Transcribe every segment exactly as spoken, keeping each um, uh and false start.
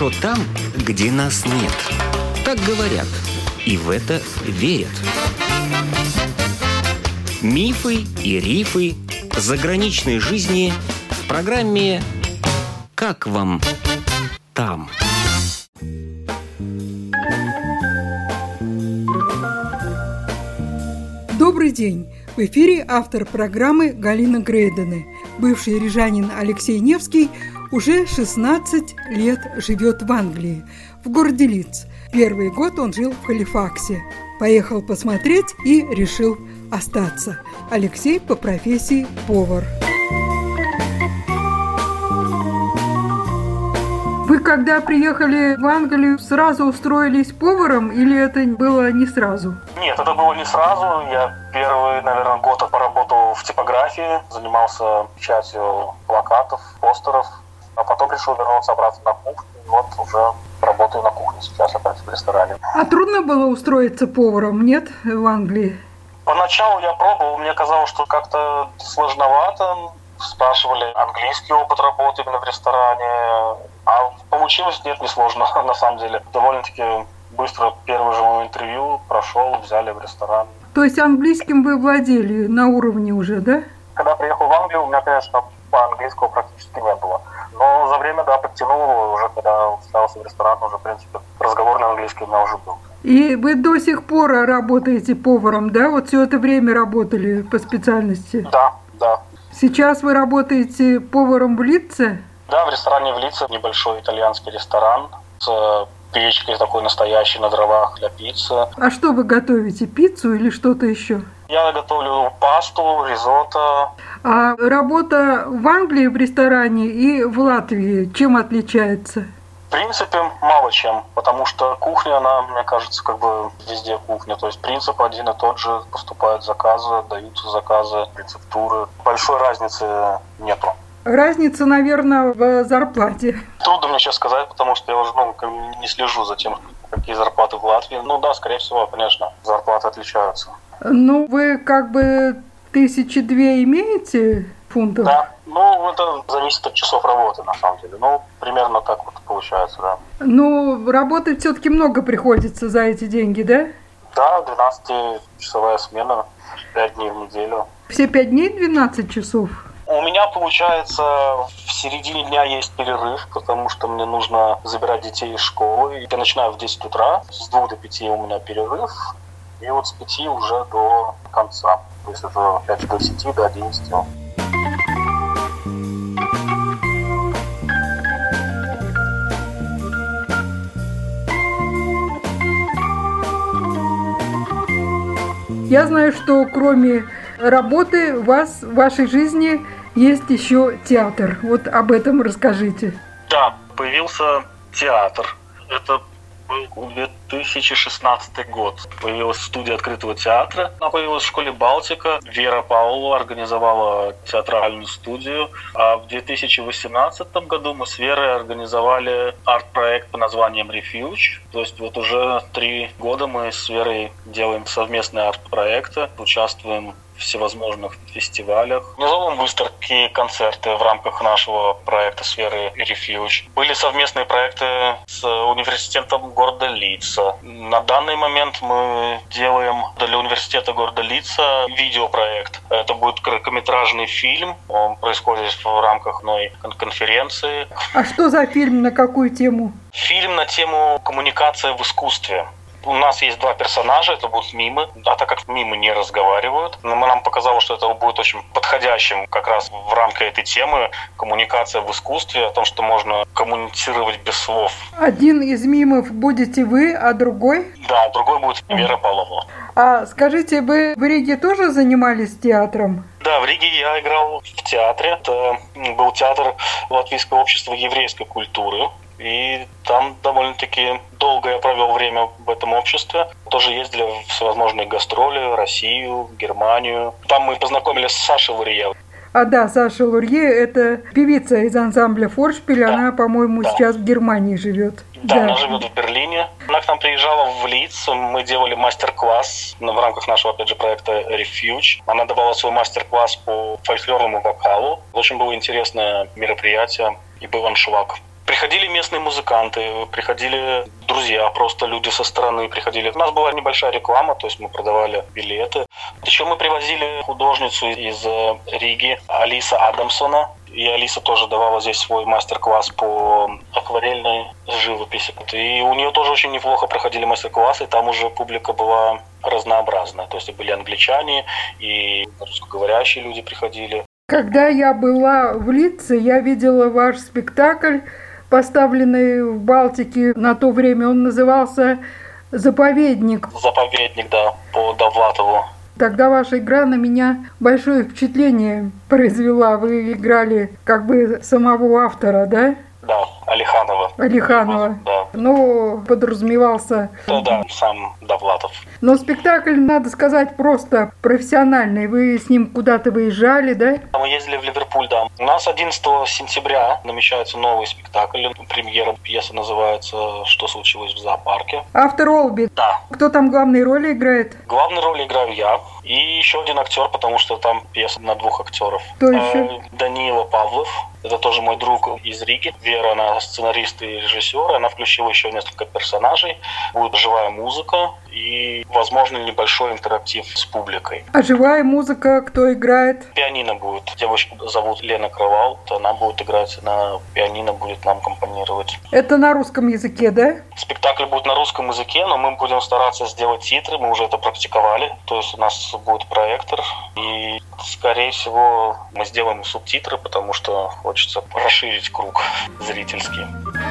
хорошо там, где нас нет. Так говорят, и в это верят. Мифы и рифы заграничной жизни в программе «Как вам там?». Добрый день! В эфире автор программы Галина Грейдене. Бывший рижанин Алексей Невский уже шестнадцать лет живет в Англии, в городе Лидс. Первый год он жил в Халифаксе. Поехал посмотреть и решил остаться. Алексей по профессии повар. Вы когда приехали в Англию, сразу устроились поваром или это было не сразу? Нет, это было не сразу. Я первый, наверное, год поработал в типографии, занимался печатью плакатов, постеров, а потом решил вернуться обратно на кухню. И вот уже работаю на кухне сейчас опять в ресторане. А трудно было устроиться поваром, нет, в Англии? Поначалу я пробовал, мне казалось, что как-то сложновато. Спрашивали английский опыт работы именно в ресторане. А получилось, нет, не сложно, на самом деле. Довольно-таки быстро первое же мое интервью прошел, взяли в ресторан. То есть английским вы владели на уровне уже, да? Когда приехал в Англию, у меня, конечно, по-английскому практически не было. Но за время, да, подтянул его уже, когда устроился в ресторан, уже, в принципе, разговорный английский у меня уже был. И вы до сих пор работаете поваром, да? Вот все это время работали по специальности? Да, да. Сейчас вы работаете поваром в Лидсе? Да, в ресторане в Лидсе, небольшой итальянский ресторан с печкой такой настоящей на дровах для пиццы. А что вы готовите, пиццу или что-то еще? Я готовлю пасту, ризотто. А работа в Англии в ресторане и в Латвии чем отличается? В принципе, мало чем, потому что кухня, она, мне кажется, как бы везде кухня. То есть принцип один и тот же, поступают заказы, даются заказы, рецептуры. Большой разницы нету. Разница, наверное, в зарплате. Трудно мне сейчас сказать, потому что я уже ну, не слежу за тем, какие зарплаты в Латвии. Ну да, скорее всего, конечно, зарплаты отличаются. Ну, вы как бы тысячи две имеете фунтов? Да, ну это зависит от часов работы, на самом деле. Ну, примерно так вот получается, да. Ну, работать все-таки много приходится за эти деньги, да? Да, двенадцатичасовая смена, пять дней в неделю. Все пять дней двенадцать часов? У меня, получается, в середине дня есть перерыв, потому что мне нужно забирать детей из школы. Я начинаю в десять утра, с двух до пяти у меня перерыв, и вот с пяти уже до конца. То есть это опять до десяти, до одиннадцати. Я знаю, что кроме работы у вас в вашей жизни есть еще театр. Вот об этом расскажите. Да, появился театр. Это был две тысячи шестнадцатый год. Появилась студия открытого театра. Она появилась в школе «Балтика». Вера Павлова организовала театральную студию. А в две тысячи восемнадцатом году мы с Верой организовали арт-проект под названием «Refuge». То есть вот уже три года мы с Верой делаем совместные арт-проекты, участвуем в всевозможных фестивалях. Организовываем выставки, концерты в рамках нашего проекта «Сферы Refuge». Были совместные проекты с университетом города Лидса. На данный момент мы делаем для университета города Лидса видеопроект. Это будет короткометражный фильм. Он происходит в рамках одной конференции. А что за фильм, на какую тему? Фильм на тему коммуникации в искусстве. У нас есть два персонажа, это будут мимы. А так как мимы не разговаривают, нам показалось, что это будет очень подходящим как раз в рамках этой темы коммуникация в искусстве, о том, что можно коммуницировать без слов. Один из мимов будете вы, а другой? Да, другой будет Вера Павлова. А скажите, вы в Риге тоже занимались театром? Да, в Риге я играл в театре. Это был театр Латвийского общества еврейской культуры. И там довольно-таки долго я провел время в этом обществе. Тоже ездили в всевозможные гастроли, Россию, Германию. Там мы познакомились с Сашей Лурье. А да, Саша Лурье – это певица из ансамбля «Форшпиль». Да. Она, по-моему, да. сейчас в Германии живет. Да, да, она живет в Берлине. Она к нам приезжала в Лидс. Мы делали мастер-класс в рамках нашего, опять же, проекта Refuge. Она давала свой мастер-класс по фольклорному вокалу. Очень было интересное мероприятие и был аншлаг. Приходили местные музыканты, приходили друзья, просто люди со стороны приходили. У нас была небольшая реклама, то есть мы продавали билеты. Еще мы привозили художницу из Риги, Алиса Адамсона. И Алиса тоже давала здесь свой мастер-класс по акварельной живописи. И у нее тоже очень неплохо проходили мастер-классы, там уже публика была разнообразная. То есть и были англичане, и русскоговорящие люди приходили. Когда я была в Лидце, я видела ваш спектакль, поставленный в Балтике на то время. Он назывался «Заповедник». «Заповедник», да, по Довлатову. Тогда ваша игра на меня большое впечатление произвела. Вы играли как бы самого автора, да? Да, Алиханова. Алиханова. Да. Ну, подразумевался... Да, да, сам Довлатов. Но спектакль, надо сказать, просто профессиональный. Вы с ним куда-то выезжали, да? Мы ездили в Ливерпуль, да. У нас одиннадцатого сентября намечается новый спектакль. Премьера пьесы называется «Что случилось в зоопарке». Автор Олби. Да. Кто там главные роли играет? Главную роль играю я. И еще один актер, потому что там пьеса на двух актеров. Кто еще? Данила Павлов. Это тоже мой друг из Риги. Вера, она сценарист и режиссер. Она включила еще несколько персонажей. Будет живая музыка и, возможно, небольшой интерактив с публикой. А живая музыка кто играет? Пианино будет. Девочку зовут Лена Кровал. Она будет играть на пианино, будет нам аккомпанировать. Это на русском языке, да? Спектакль будет на русском языке, но мы будем стараться сделать титры. Мы уже это практиковали. То есть у нас будет проектор. И, скорее всего, мы сделаем субтитры, потому что хочется расширить круг зрительский.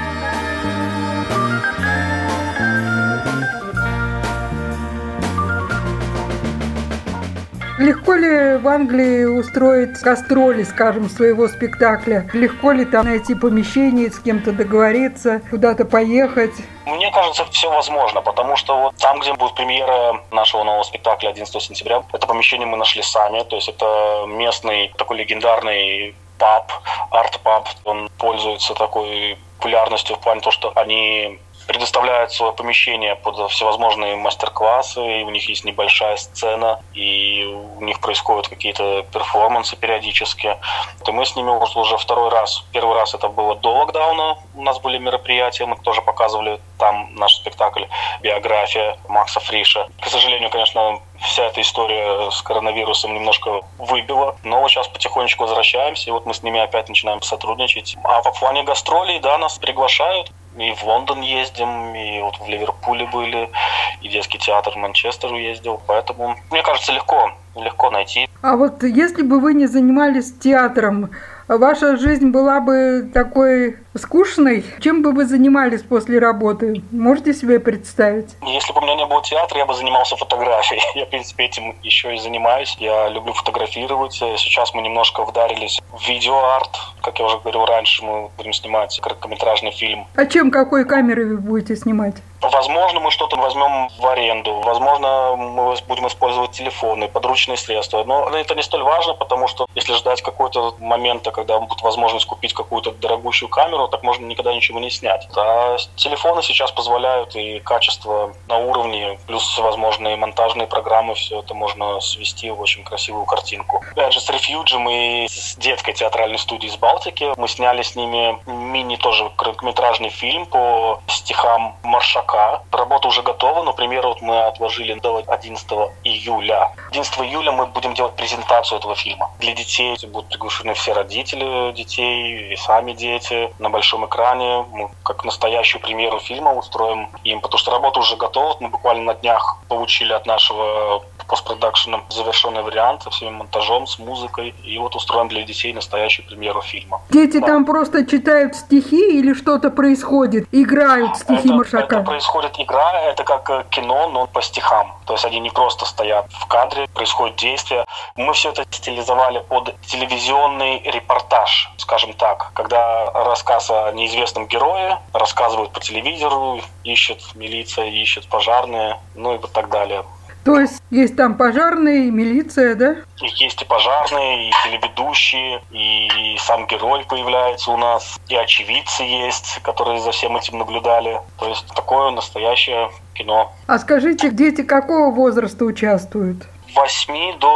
Легко ли в Англии устроить гастроли, скажем, своего спектакля? Легко ли там найти помещение, с кем-то договориться, куда-то поехать? Мне кажется, все возможно, потому что вот там, где будет премьера нашего нового спектакля одиннадцатого сентября, это помещение мы нашли сами, то есть это местный такой легендарный паб, арт-паб. Он пользуется такой популярностью в плане того, что они предоставляют свое помещение под всевозможные мастер-классы, и у них есть небольшая сцена, и у них происходят какие-то перформансы периодически. И мы с ними уже второй раз. Первый раз это было до локдауна, у нас были мероприятия, мы тоже показывали там наш спектакль «Биография» Макса Фриша. К сожалению, конечно, вся эта история с коронавирусом немножко выбила, но вот сейчас потихонечку возвращаемся, и вот мы с ними опять начинаем сотрудничать. А по плане гастролей, да, нас приглашают. И в Лондон ездим, и вот в Ливерпуле были, и детский театр в Манчестер ездил. Поэтому, мне кажется, легко, легко найти. А вот если бы вы не занимались театром, ваша жизнь была бы такой скучной? Чем бы вы занимались после работы? Можете себе представить? Если бы у меня не было театра, я бы занимался фотографией. Я, в принципе, этим еще и занимаюсь. Я люблю фотографировать. Сейчас мы немножко вдарились в видеоарт. Как я уже говорил раньше, мы будем снимать короткометражный фильм. А чем, какой камерой вы будете снимать? Возможно, мы что-то возьмем в аренду. Возможно, мы будем использовать телефоны, подручные средства. Но это не столь важно, потому что если ждать какой-то момента, когда будет возможность купить какую-то дорогущую камеру, так можно никогда ничего не снять. А телефоны сейчас позволяют, и качество на уровне, плюс всевозможные монтажные программы, все это можно свести в очень красивую картинку. Опять же, с Рефьюджем и с детской театральной студией из Балтики мы сняли с ними мини тоже короткометражный фильм по стихам Маршака. Работа уже готова, но, например, вот мы отложили до одиннадцатого июля. одиннадцатого июля мы будем делать презентацию этого фильма. Для детей будут приглашены все родители детей и сами дети на большом экране. Мы как настоящую премьеру фильма устроим им, потому что работа уже готова. Мы буквально на днях получили от нашего постпродакшена завершенный вариант со всем монтажом, с музыкой. И вот устроим для детей настоящую премьеру фильма. Дети да. там просто читают стихи или что-то происходит? Играют стихи это, Маршака? Это происходит игра, это как кино, но по стихам. То есть они не просто стоят в кадре, происходит действие. Мы все это стилизовали под телевизионный репортаж, скажем так. Когда рассказ о неизвестном герое рассказывают по телевизору, ищет милиция, ищет пожарные, ну и вот так далее. То есть есть там пожарные, милиция, да? Есть и пожарные, и телеведущие, и сам герой появляется у нас, и очевидцы есть, которые за всем этим наблюдали. То есть такое настоящее кино. А скажите, дети какого возраста участвуют? восьми до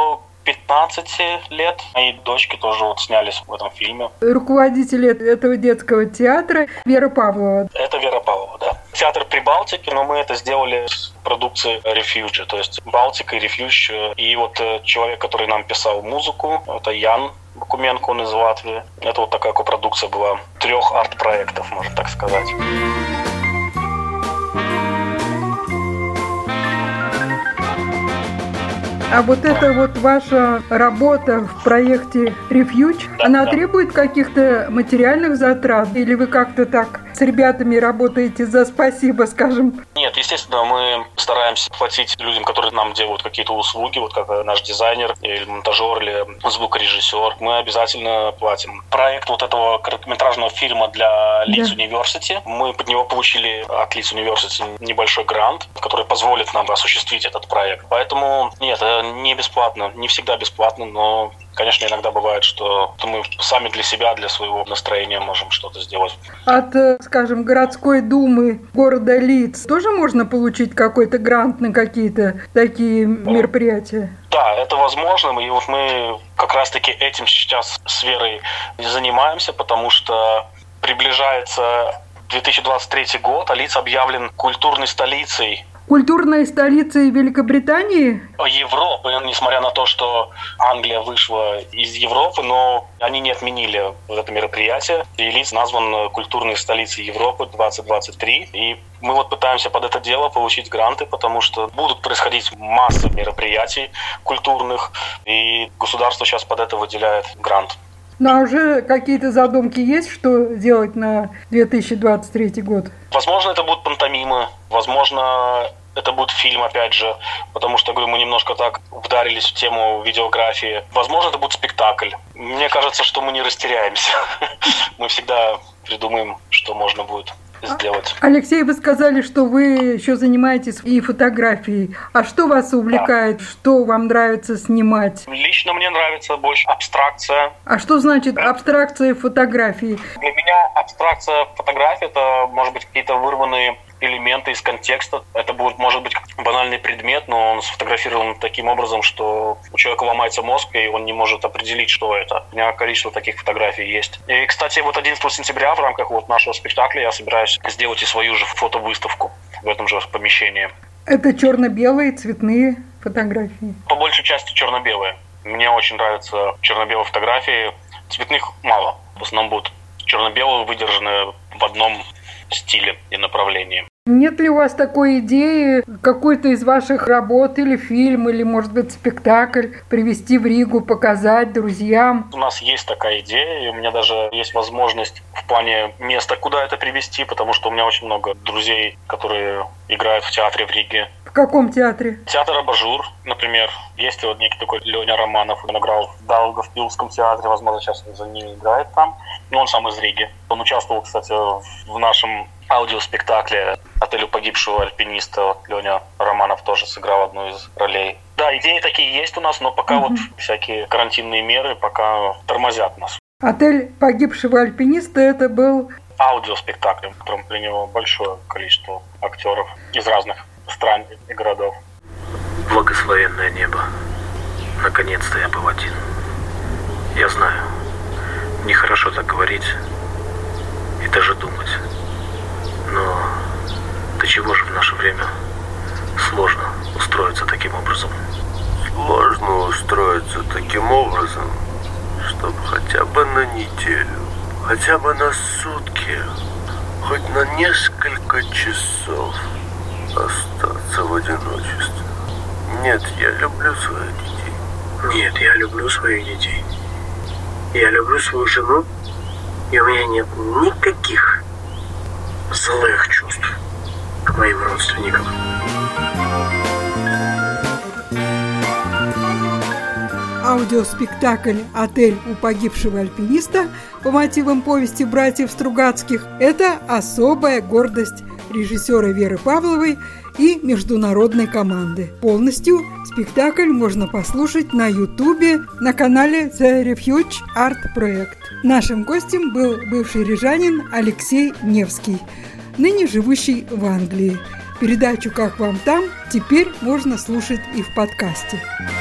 пятнадцати лет. Мои дочки тоже вот снялись в этом фильме. Руководитель этого детского театра Вера Павлова. Это Вера Павлова, да. Театр Прибалтики, но мы это сделали с продукции Refuge, то есть Балтика и Refuge. И вот человек, который нам писал музыку, это Ян Бакуменко, он из Латвии. Это вот такая копродукция была трех арт-проектов, можно так сказать. А вот эта вот ваша работа в проекте Refuge, да, она да. требует каких-то материальных затрат? Или вы как-то так с ребятами работаете за спасибо, скажем? Нет, естественно, мы стараемся платить людям, которые нам делают какие-то услуги, вот как наш дизайнер, или монтажер, или звукорежиссер. Мы обязательно платим. Проект вот этого короткометражного фильма для Leeds да. University, мы под него получили от Leeds University небольшой грант, который позволит нам осуществить этот проект. Поэтому нет, это не бесплатно, не всегда бесплатно, но, конечно, иногда бывает, что мы сами для себя, для своего настроения можем что-то сделать. От, скажем, городской думы города Лидс тоже можно получить какой-то грант на какие-то такие мероприятия? Да, это возможно, и вот мы как раз-таки этим сейчас с Верой занимаемся, потому что приближается две тысячи двадцать третий год, а Лидс объявлен культурной столицей. Культурной столицей Великобритании? Европы, несмотря на то, что Англия вышла из Европы, но они не отменили это мероприятие. И Лидс назван культурной столицей Европы двадцать двадцать три. И мы вот пытаемся под это дело получить гранты, потому что будут происходить масса мероприятий культурных, и государство сейчас под это выделяет грант. Ну а уже какие-то задумки есть, что делать на две тысячи двадцать третий год? Возможно, это будут пантомимы, возможно, это будет фильм, опять же, потому что, говорю, мы немножко так вдарились в тему видеографии. Возможно, это будет спектакль. Мне кажется, что мы не растеряемся. Мы всегда придумаем, что можно будет сделать. Алексей, вы сказали, что вы еще занимаетесь и фотографией. А что вас увлекает? Да. Что вам нравится снимать? Лично мне нравится больше абстракция. А что значит абстракция фотографии? Для меня абстракция фотографии – это, может быть, какие-то вырванные элементы из контекста. Это будет, может быть, банальный предмет, но он сфотографирован таким образом, что у человека ломается мозг, и он не может определить, что это. У меня количество таких фотографий есть. И, кстати, вот одиннадцатого сентября в рамках вот нашего спектакля я собираюсь сделать и свою же фотовыставку в этом же помещении. Это черно-белые, цветные фотографии? По большей части черно-белые. Мне очень нравятся черно-белые фотографии. Цветных мало. В основном будут черно-белые, выдержанные в одном стиле и направлении. Нет ли у вас такой идеи какой-то из ваших работ или фильм, или, может быть, спектакль привезти в Ригу, показать друзьям? У нас есть такая идея, и у меня даже есть возможность в плане места, куда это привезти, потому что у меня очень много друзей, которые играют в театре в Риге. В каком театре? Театр «Абажур», например. Есть вот некий такой Леня Романов, он играл в Даугавпилском театре, возможно, сейчас он за ним играет там. Но он сам из Риги. Он участвовал, кстати, в нашем аудиоспектакле «Отелю погибшего альпиниста». Леня Романов тоже сыграл одну из ролей. Да, идеи такие есть у нас, но пока mm-hmm. вот всякие карантинные меры пока тормозят нас. «Отель погибшего альпиниста» — это был... аудиоспектакль, в котором приняlo большое количество актеров из разных стран и городов. Благословенное небо. Наконец-то я был один. Я знаю, нехорошо так говорить и даже думать. Но до чего же в наше время сложно устроиться таким образом? Сложно устроиться таким образом, чтобы хотя бы на неделю, хотя бы на сутки, хоть на несколько часов остаться в одиночестве. Нет, я люблю своих детей. Нет, я люблю своих детей. Я люблю свою жену, и у меня нет никаких злых чувств к моим родственникам. Аудиоспектакль «Отель у погибшего альпиниста» по мотивам повести братьев Стругацких – это особая гордость режиссера Веры Павловой и международной команды. Полностью спектакль можно послушать на Ютубе на канале The Refuge Art Project. Нашим гостем был бывший рижанин Алексей Невский, ныне живущий в Англии. Передачу «Как вам там» теперь можно слушать и в подкасте.